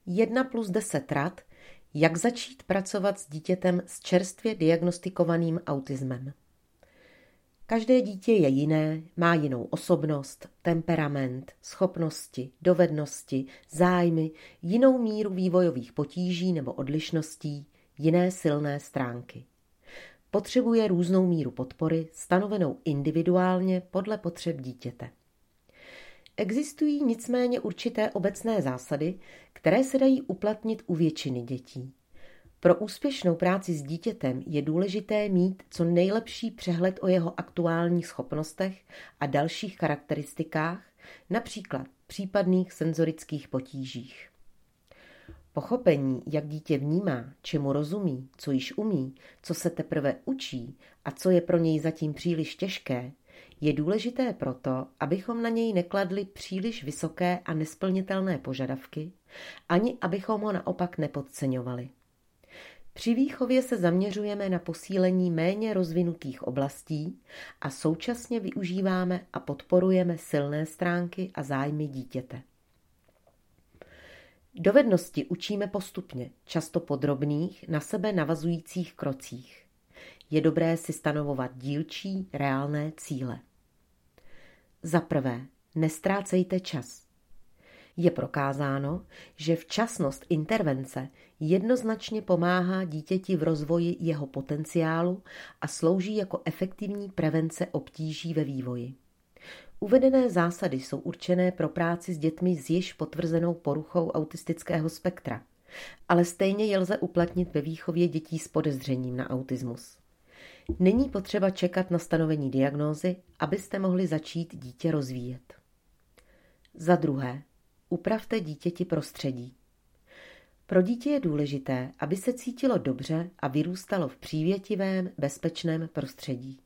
1+10 rad, jak začít pracovat s dítětem s čerstvě diagnostikovaným autismem. Každé dítě je jiné, má jinou osobnost, temperament, schopnosti, dovednosti, zájmy, jinou míru vývojových potíží nebo odlišností, jiné silné stránky. Potřebuje různou míru podpory, stanovenou individuálně podle potřeb dítěte. Existují nicméně určité obecné zásady, které se dají uplatnit u většiny dětí. Pro úspěšnou práci s dítětem je důležité mít co nejlepší přehled o jeho aktuálních schopnostech a dalších charakteristikách, například případných senzorických potížích. Pochopení, jak dítě vnímá, čemu rozumí, co již umí, co se teprve učí a co je pro něj zatím příliš těžké, je důležité proto, abychom na něj nekladli příliš vysoké a nesplnitelné požadavky, ani abychom ho naopak nepodceňovali. Při výchově se zaměřujeme na posílení méně rozvinutých oblastí a současně využíváme a podporujeme silné stránky a zájmy dítěte. Dovednosti učíme postupně, často po drobných, na sebe navazujících krocích. Je dobré si stanovovat dílčí, reálné cíle. Za prvé, nestrácejte čas. Je prokázáno, že včasnost intervence jednoznačně pomáhá dítěti v rozvoji jeho potenciálu a slouží jako efektivní prevence obtíží ve vývoji. Uvedené zásady jsou určené pro práci s dětmi s již potvrzenou poruchou autistického spektra, ale stejně je lze uplatnit ve výchově dětí s podezřením na autismus. Není potřeba čekat na stanovení diagnózy, abyste mohli začít dítě rozvíjet. Za druhé, upravte dítěti prostředí. Pro dítě je důležité, aby se cítilo dobře a vyrůstalo v přívětivém, bezpečném prostředí.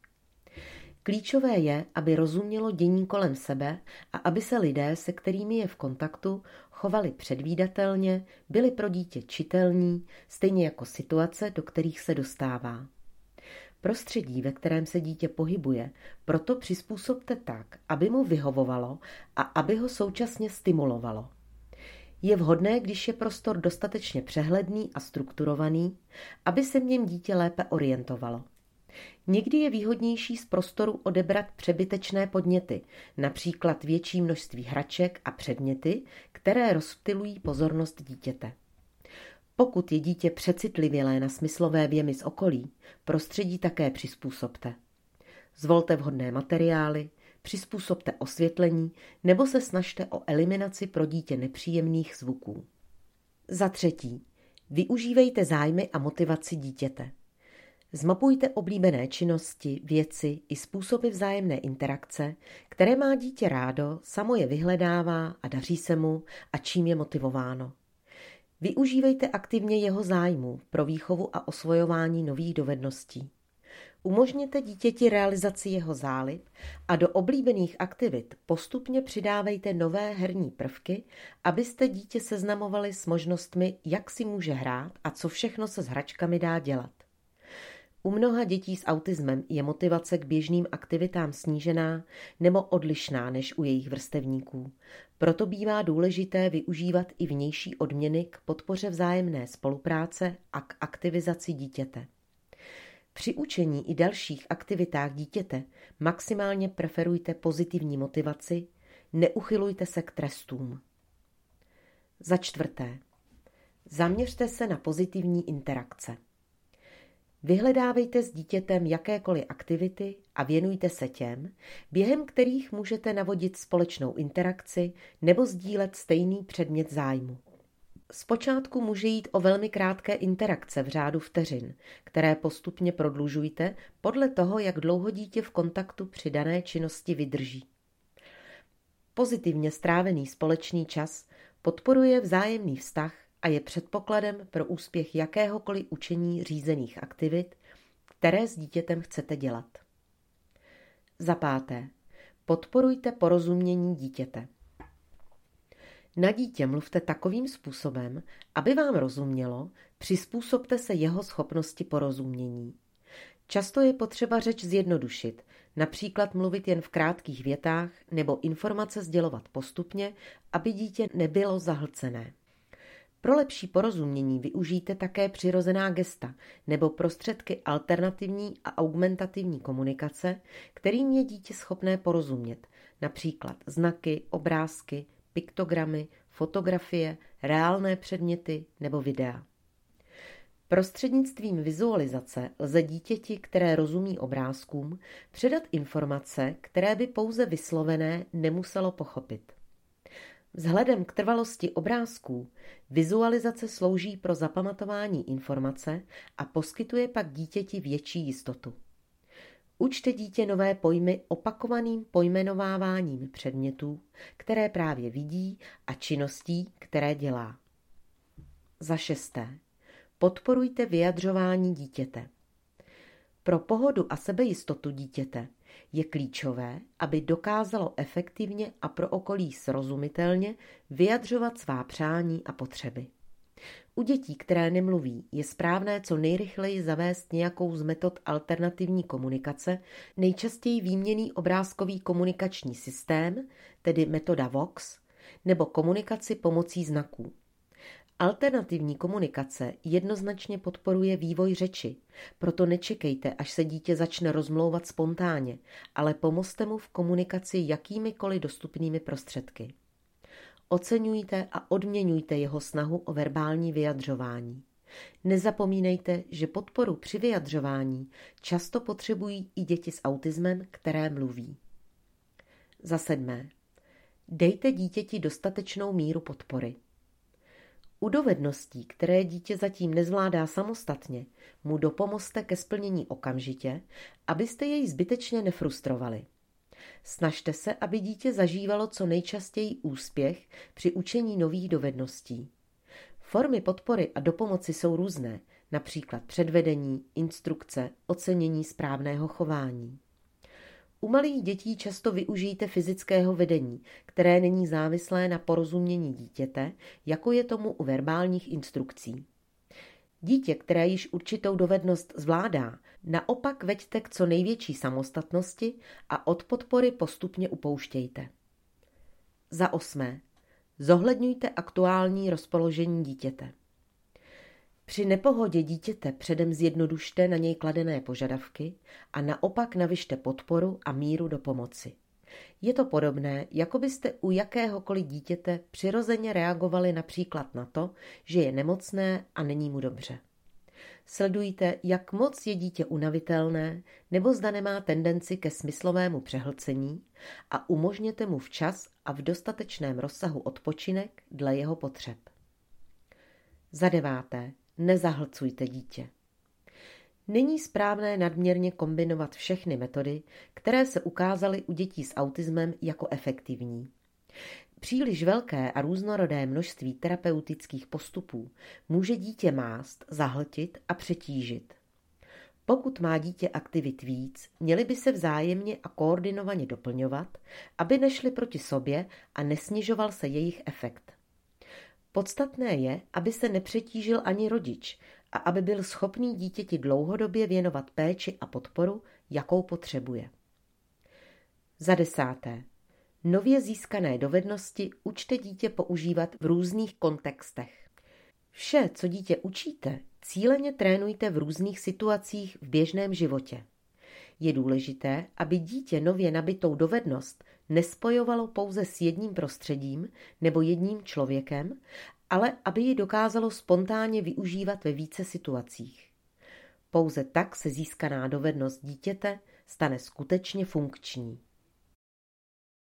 Klíčové je, aby rozumělo dění kolem sebe a aby se lidé, se kterými je v kontaktu, chovali předvídatelně, byli pro dítě čitelní, stejně jako situace, do kterých se dostává. Prostředí, ve kterém se dítě pohybuje, proto přizpůsobte tak, aby mu vyhovovalo a aby ho současně stimulovalo. Je vhodné, když je prostor dostatečně přehledný a strukturovaný, aby se v něm dítě lépe orientovalo. Někdy je výhodnější z prostoru odebrat přebytečné podněty, například větší množství hraček a předměty, které rozptylují pozornost dítěte. Pokud je dítě přecitlivělé na smyslové vjemy z okolí, prostředí také přizpůsobte. Zvolte vhodné materiály, přizpůsobte osvětlení nebo se snažte o eliminaci pro dítě nepříjemných zvuků. Za třetí, využívejte zájmy a motivaci dítěte. Zmapujte oblíbené činnosti, věci i způsoby vzájemné interakce, které má dítě rádo, samo je vyhledává a daří se mu a čím je motivováno. Využívejte aktivně jeho zájmu pro výchovu a osvojování nových dovedností. Umožněte dítěti realizaci jeho zálib a do oblíbených aktivit postupně přidávejte nové herní prvky, abyste dítě seznamovali s možnostmi, jak si může hrát a co všechno se s hračkami dá dělat. U mnoha dětí s autismem je motivace k běžným aktivitám snížená nebo odlišná než u jejich vrstevníků. Proto bývá důležité využívat i vnější odměny k podpoře vzájemné spolupráce a k aktivizaci dítěte. Při učení i dalších aktivitách dítěte maximálně preferujte pozitivní motivaci, neuchylujte se k trestům. Za čtvrté, zaměřte se na pozitivní interakce. Vyhledávejte s dítětem jakékoliv aktivity a věnujte se těm, během kterých můžete navodit společnou interakci nebo sdílet stejný předmět zájmu. Zpočátku může jít o velmi krátké interakce v řádu vteřin, které postupně prodlužujte podle toho, jak dlouho dítě v kontaktu při dané činnosti vydrží. Pozitivně strávený společný čas podporuje vzájemný vztah a je předpokladem pro úspěch jakéhokoliv učení řízených aktivit, které s dítětem chcete dělat. Za páté, podporujte porozumění dítěte. Na dítě mluvte takovým způsobem, aby vám rozumělo, přizpůsobte se jeho schopnosti porozumění. Často je potřeba řeč zjednodušit, například mluvit jen v krátkých větách nebo informace sdělovat postupně, aby dítě nebylo zahlcené. Pro lepší porozumění využijte také přirozená gesta nebo prostředky alternativní a augmentativní komunikace, kterým je dítě schopné porozumět, například znaky, obrázky, piktogramy, fotografie, reálné předměty nebo videa. Prostřednictvím vizualizace lze dítěti, které rozumí obrázkům, předat informace, které by pouze vyslovené nemuselo pochopit. Vzhledem k trvalosti obrázků vizualizace slouží pro zapamatování informace a poskytuje pak dítěti větší jistotu. Učte dítě nové pojmy opakovaným pojmenováváním předmětů, které právě vidí, a činností, které dělá. Za 6. Podporujte vyjadřování dítěte. Pro pohodu a sebejistotu dítěte je klíčové, aby dokázalo efektivně a pro okolí srozumitelně vyjadřovat svá přání a potřeby. U dětí, které nemluví, je správné co nejrychleji zavést nějakou z metod alternativní komunikace, nejčastěji výměnný obrázkový komunikační systém, tedy metoda Vox, nebo komunikaci pomocí znaků. Alternativní komunikace jednoznačně podporuje vývoj řeči, proto nečekejte, až se dítě začne rozmlouvat spontánně, ale pomozte mu v komunikaci jakýmikoliv dostupnými prostředky. Oceňujte a odměňujte jeho snahu o verbální vyjadřování. Nezapomínejte, že podporu při vyjadřování často potřebují i děti s autismem, které mluví. Za 7. Dejte dítěti dostatečnou míru podpory. U dovedností, které dítě zatím nezvládá samostatně, mu dopomozte ke splnění okamžitě, abyste jej zbytečně nefrustrovali. Snažte se, aby dítě zažívalo co nejčastěji úspěch při učení nových dovedností. Formy podpory a dopomoci jsou různé, například předvedení, instrukce, ocenění správného chování. U malých dětí často využijte fyzického vedení, které není závislé na porozumění dítěte, jako je tomu u verbálních instrukcí. Dítě, které již určitou dovednost zvládá, naopak veďte k co největší samostatnosti a od podpory postupně upouštějte. Za 8. Zohledňujte aktuální rozpoložení dítěte. Při nepohodě dítěte předem zjednodušte na něj kladené požadavky a naopak navyšte podporu a míru dopomoci. Je to podobné, jako byste u jakéhokoliv dítěte přirozeně reagovali například na to, že je nemocné a není mu dobře. Sledujte, jak moc je dítě unavitelné nebo zda nemá tendenci ke smyslovému přehlcení a umožněte mu včas a v dostatečném rozsahu odpočinek dle jeho potřeb. Za 9. Nezahlcujte dítě. Není správné nadměrně kombinovat všechny metody, které se ukázaly u dětí s autismem jako efektivní. Příliš velké a různorodé množství terapeutických postupů může dítě mást, zahltit a přetížit. Pokud má dítě aktivit víc, měly by se vzájemně a koordinovaně doplňovat, aby nešly proti sobě a nesnižoval se jejich efekt. Podstatné je, aby se nepřetížil ani rodič a aby byl schopný dítěti dlouhodobě věnovat péči a podporu, jakou potřebuje. Za 10. Nově získané dovednosti učte dítě používat v různých kontextech. Vše, co dítě učíte, cíleně trénujte v různých situacích v běžném životě. Je důležité, aby dítě nově nabytou dovednost nespojovalo pouze s jedním prostředím nebo jedním člověkem, ale aby ji dokázalo spontánně využívat ve více situacích. Pouze tak se získaná dovednost dítěte stane skutečně funkční.